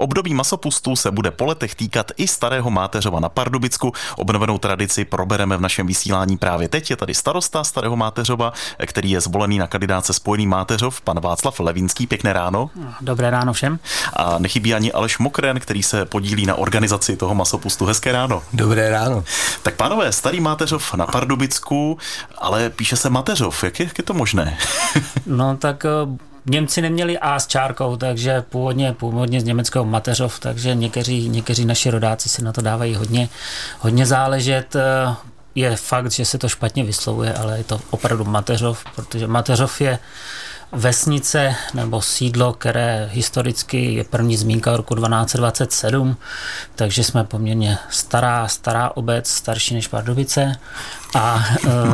Období masopustů se bude po letech týkat i Starého Máteřova na Pardubicku. Obnovenou tradici probereme v našem vysílání právě teď. Je tady starosta Starého Máteřova, který je zvolený na kandidáce Spojený Máteřov, pan Václav Levínský. Pěkné ráno. Dobré ráno všem. A nechybí ani Aleš Mokren, který se podílí na organizaci toho masopustu. Hezké ráno. Dobré ráno. Tak pánové, Starý Máteřov na Pardubicku, ale píše se Mateřov. Jak je to možné? No tak Němci neměli A s čárkou, takže původně z německého Mateřov, takže někteří naši rodáci si na to dávají hodně záležet. Je fakt, že se to špatně vyslovuje, ale je to opravdu Mateřov, protože Mateřov je vesnice nebo sídlo, které historicky je první zmínka roku 1227, takže jsme poměrně stará obec, starší než Pardubice a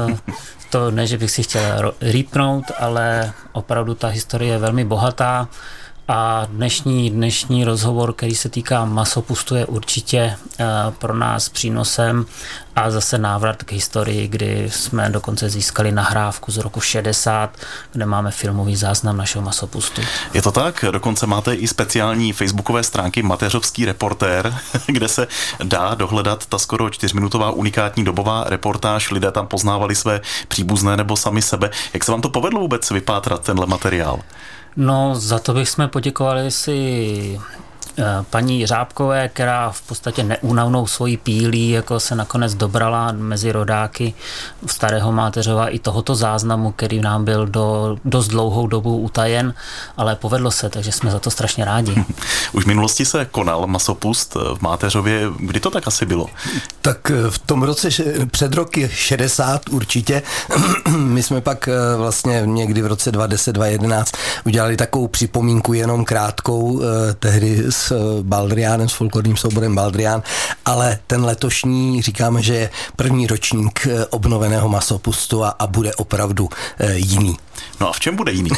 to ne, že bych si chtěl rýpnout, ale opravdu ta historie je velmi bohatá a dnešní rozhovor, který se týká masopustu, je určitě pro nás přínosem a zase návrat k historii, kdy jsme dokonce získali nahrávku z roku 60, kde máme filmový záznam našeho masopustu. Je to tak? Dokonce máte i speciální facebookové stránky Mateřovský reportér, kde se dá dohledat ta skoro 4minutová unikátní dobová reportáž. Lidé tam poznávali své příbuzné nebo sami sebe. Jak se vám to povedlo vůbec vypátrat tenhle materiál? No, za to bychom poděkovali si paní Řábkové, která v podstatě neúnavnou svojí pílí jako se nakonec dobrala mezi rodáky Starého Máteřova i tohoto záznamu, který nám byl dost dlouhou dobu utajen, ale povedlo se, takže jsme za to strašně rádi. Už v minulosti se konal masopust v Máteřově. Kdy to tak asi bylo? Tak v tom roce před roky 60 určitě. My jsme pak vlastně někdy v roce 2010, 2011 udělali takovou připomínku jenom krátkou, tehdy s Baldriánem, s folklorním souborem Baldrián, ale ten letošní říkáme, že je první ročník obnoveného masopustu a bude opravdu jiný. No a v čem bude jiný?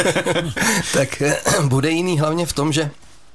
Tak bude jiný hlavně v tom, že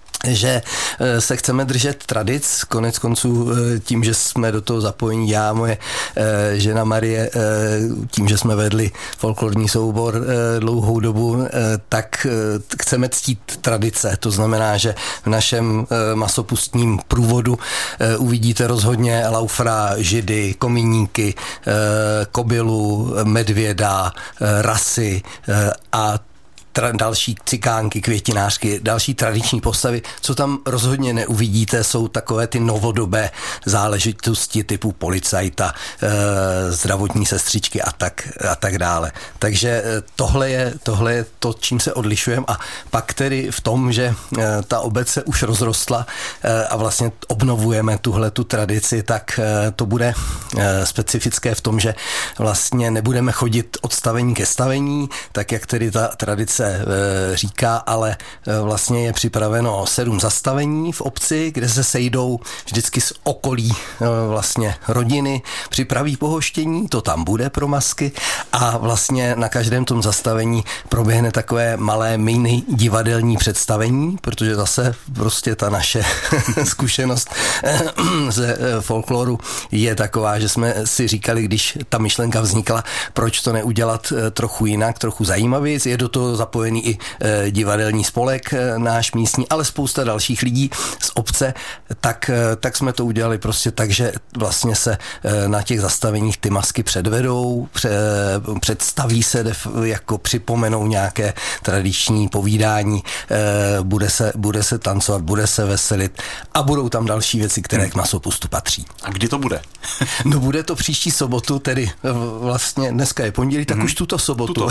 se chceme držet tradic, konec konců tím, že jsme do toho zapojení já, moje žena Marie, tím, že jsme vedli folklorní soubor dlouhou dobu, tak chceme ctít tradice. To znamená, že v našem masopustním průvodu uvidíte rozhodně laufra, židy, komíníky, kobylu, medvěda, rasy a další cikánky, květinářky, další tradiční postavy. Co tam rozhodně neuvidíte, jsou takové ty novodobé záležitosti typu policajta, zdravotní sestřičky a tak dále. Takže tohle je to, čím se odlišujeme a pak tedy v tom, že ta obec se už rozrostla a vlastně obnovujeme tuhletu tradici, tak to bude specifické v tom, že vlastně nebudeme chodit od stavení ke stavení, tak jak tedy ta tradice říká, ale vlastně je připraveno 7 zastavení v obci, kde se sejdou vždycky z okolí vlastně rodiny, připraví pohoštění, to tam bude pro masky a vlastně na každém tom zastavení proběhne takové malé mini divadelní představení, protože zase prostě ta naše zkušenost ze folkloru je taková, že jsme si říkali, když ta myšlenka vznikla, proč to neudělat trochu jinak, trochu zajímavěji, je do toho zapojený i divadelní spolek náš místní, ale spousta dalších lidí z obce, tak jsme to udělali prostě tak, že vlastně se na těch zastaveních ty masky předvedou, představí se, jako připomenou nějaké tradiční povídání, bude se tancovat, bude se veselit a budou tam další věci, které k masopustu patří. A kdy to bude? No bude to příští sobotu, tedy vlastně dneska je pondělí, tak už tuto sobotu.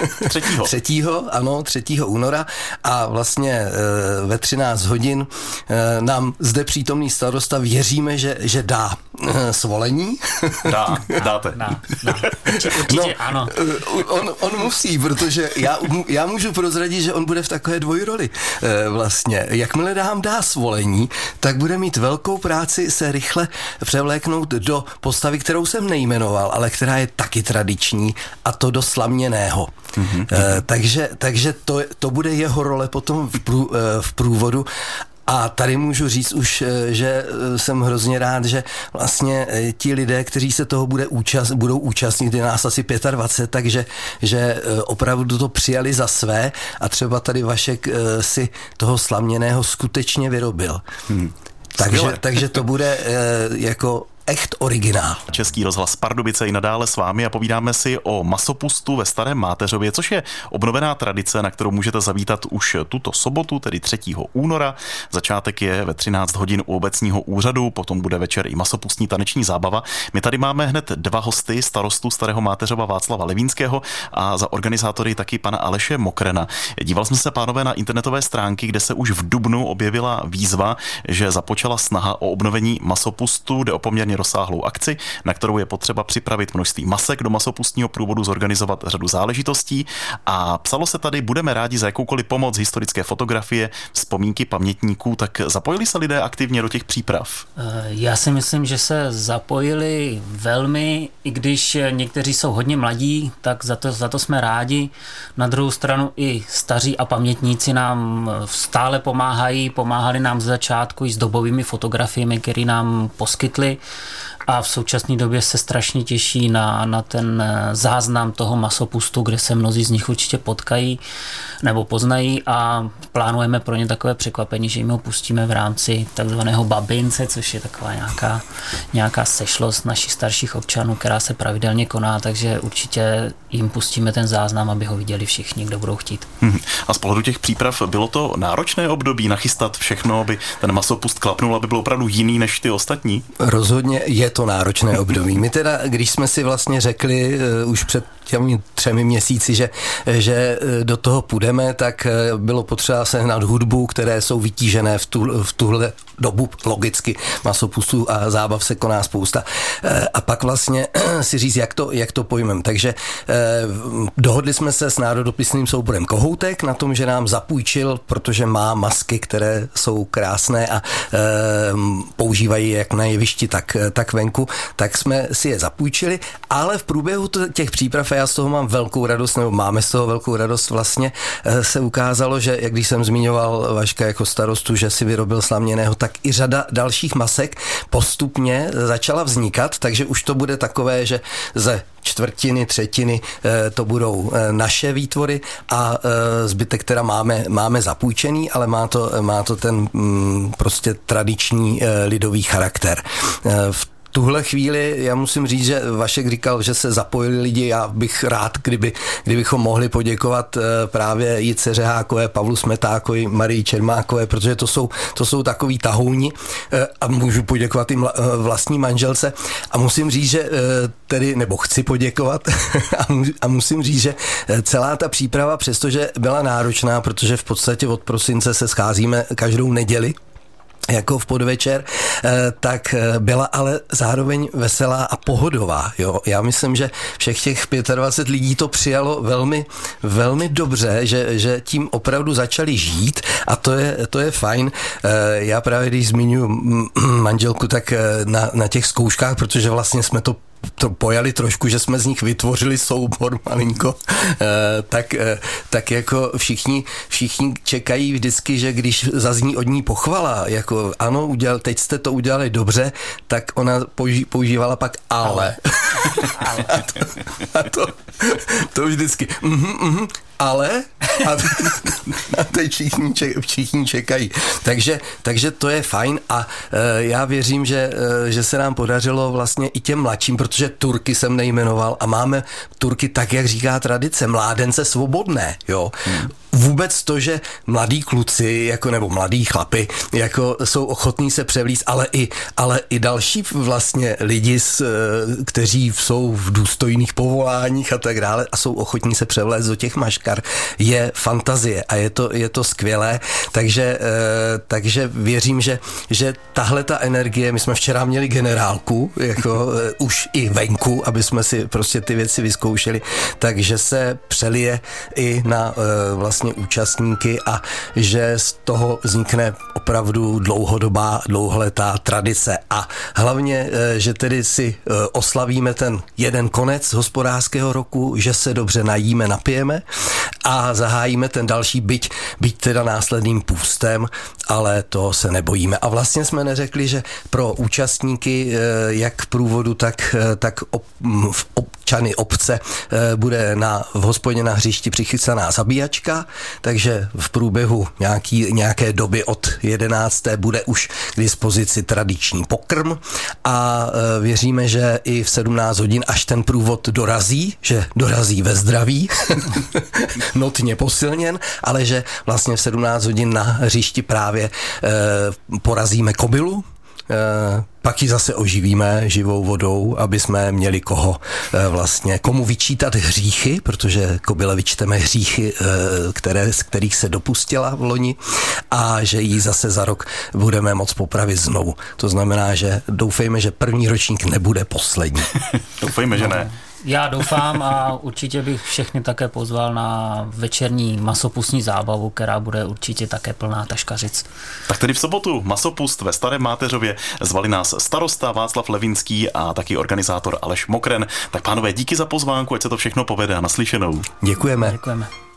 Ano, 3. února a vlastně ve 13 hodin nám zde přítomný starosta věříme, že dá svolení. Dáte. Určitě ano. On musí, protože já můžu prozradit, že on bude v takové dvojroli vlastně. Jakmile dá svolení, tak bude mít velkou práci se rychle převléknout do postavy, kterou jsem nejmenoval, ale která je taky tradiční a to do slaměného. Takže to bude jeho role potom v průvodu A tady můžu říct už, že jsem hrozně rád, že vlastně ti lidé, kteří se toho budou účastnit, je nás asi 25, takže opravdu to přijali za své a třeba tady Vašek si toho slaměného skutečně vyrobil. Takže to bude jako echt originál. Český rozhlas Pardubice i nadále s vámi a povídáme si o masopustu ve Starém Máteřově, což je obnovená tradice, na kterou můžete zavítat už tuto sobotu, tedy 3. února. Začátek je ve 13 hodin u obecního úřadu, potom bude večer i masopustní taneční zábava. My tady máme hned 2 hosty, starostu Starého Máteřova Václava Levínského a za organizátory taky pana Aleše Mokrena. Díval jsme se, pánové, na internetové stránky, kde se už v dubnu objevila výzva, že započala snaha o obnovení masopustu, jde o poměrně rozsáhlou akci, na kterou je potřeba připravit množství masek do masopustního průvodu, zorganizovat řadu záležitostí a psalo se tady, budeme rádi za jakoukoliv pomoc, historické fotografie, vzpomínky pamětníků, tak zapojili se lidé aktivně do těch příprav? Já si myslím, že se zapojili velmi, i když někteří jsou hodně mladí, tak za to jsme rádi. Na druhou stranu i staří a pamětníci nám stále pomáhali nám z začátku i s dobovými fotografiemi, které nám poskytli. A v současné době se strašně těší na ten záznam toho masopustu, kde se mnozí z nich určitě potkají nebo poznají a plánujeme pro ně takové překvapení, že jim ho pustíme v rámci takzvaného babince, což je taková nějaká sešlost našich starších občanů, která se pravidelně koná, takže určitě jim pustíme ten záznam, aby ho viděli všichni, kdo budou chtít. A z pohledu těch příprav bylo to náročné období nachystat všechno, aby ten masopust klapnul, aby byl opravdu jiný než ty ostatní? Rozhodně je to náročné období. My teda, když jsme si vlastně řekli už před těmi 3 měsíci, že do toho půjdeme, tak bylo potřeba sehnat hudbu, které jsou vytížené v tuhle dobu, logicky masopustů a zábav se koná spousta. A pak vlastně si říct, jak to pojmem. Takže dohodli jsme se s národopisným souborem Kohoutek na tom, že nám zapůjčil, protože má masky, které jsou krásné a používají jak na jevišti, tak venku, tak jsme si je zapůjčili, ale v průběhu těch příprav, a já z toho mám velkou radost, nebo máme z toho velkou radost, vlastně se ukázalo, že jak když jsem zmiňoval Vaška jako starostu, že si vyrobil slaměného, tak i řada dalších masek postupně začala vznikat, takže už to bude takové, že ze 1/4, 1/3 to budou naše výtvory a zbytek teda máme zapůjčený, ale má to ten prostě tradiční lidový charakter. V tuhle chvíli já musím říct, že Vašek říkal, že se zapojili lidi, já bych rád, kdybychom mohli poděkovat právě Jitce Řehákové, Pavlu Smetákovi, Marii Čermákové, protože to jsou takový tahouni a můžu poděkovat i vlastní manželce a musím říct, že nebo chci poděkovat a musím říct, že celá ta příprava, přestože byla náročná, protože v podstatě od prosince se scházíme každou neděli, jako v podvečer, tak byla ale zároveň veselá a pohodová. Jo? Já myslím, že všech těch 25 lidí to přijalo velmi, velmi dobře, že tím opravdu začali žít a to je fajn. Já právě, když zmiňuji manželku, tak na těch zkouškách, protože vlastně jsme to pojali trošku, že jsme z nich vytvořili soubor malinko, tak jako všichni čekají vždycky, že když zazní od ní pochvala, jako ano, teď jste to udělali dobře, tak ona používala pak ale. A to vždycky ale a teď všichni čekají. Takže to je fajn a já věřím, že se nám podařilo vlastně i těm mladším, protože Turky jsem nejmenoval a máme Turky tak, jak říká tradice, mládence svobodné, jo. Vůbec to, že mladí kluci, nebo mladí chlapi, jako jsou ochotní se převlíct, ale i další vlastně lidi, kteří jsou v důstojných povoláních a tak dále a jsou ochotní se převléct do těch maškar, je fantazie a je to skvělé, takže věřím, že tahle ta energie, my jsme včera měli generálku, jako už i venku, aby jsme si prostě ty věci vyzkoušeli, takže se přelije i na vlastně vlastně účastníky a že z toho vznikne opravdu dlouholetá tradice a hlavně, že tedy si oslavíme ten jeden konec hospodářského roku, že se dobře najíme, napijeme a zahájíme ten další, byť teda následným půstem, ale to se nebojíme. A vlastně jsme neřekli, že pro účastníky jak průvodu, tak občany obce bude v hospodě na hřišti přichystaná zabíjačka, takže v průběhu nějaké doby od 11. bude už k dispozici tradiční pokrm a věříme, že i v 17 hodin, až ten průvod dorazí, že dorazí ve zdraví, notně posilněn, ale že vlastně v 17 hodin na hřišti právě porazíme kobylu, pak ji zase oživíme živou vodou, aby jsme měli komu vyčítat hříchy, protože kobyle vyčteme hříchy, z kterých se dopustila v loni a že ji zase za rok budeme moct popravit znovu. To znamená, že doufejme, že první ročník nebude poslední. Doufejme, že ne. Já doufám a určitě bych všechny také pozval na večerní masopustní zábavu, která bude určitě také plná taškařic. Tak tedy v sobotu masopust ve Starém Máteřově. Zvali nás starosta Václav Levinský a taky organizátor Aleš Mokren. Tak pánové, díky za pozvánku, ať se to všechno povede a naslyšenou. Děkujeme. Děkujeme.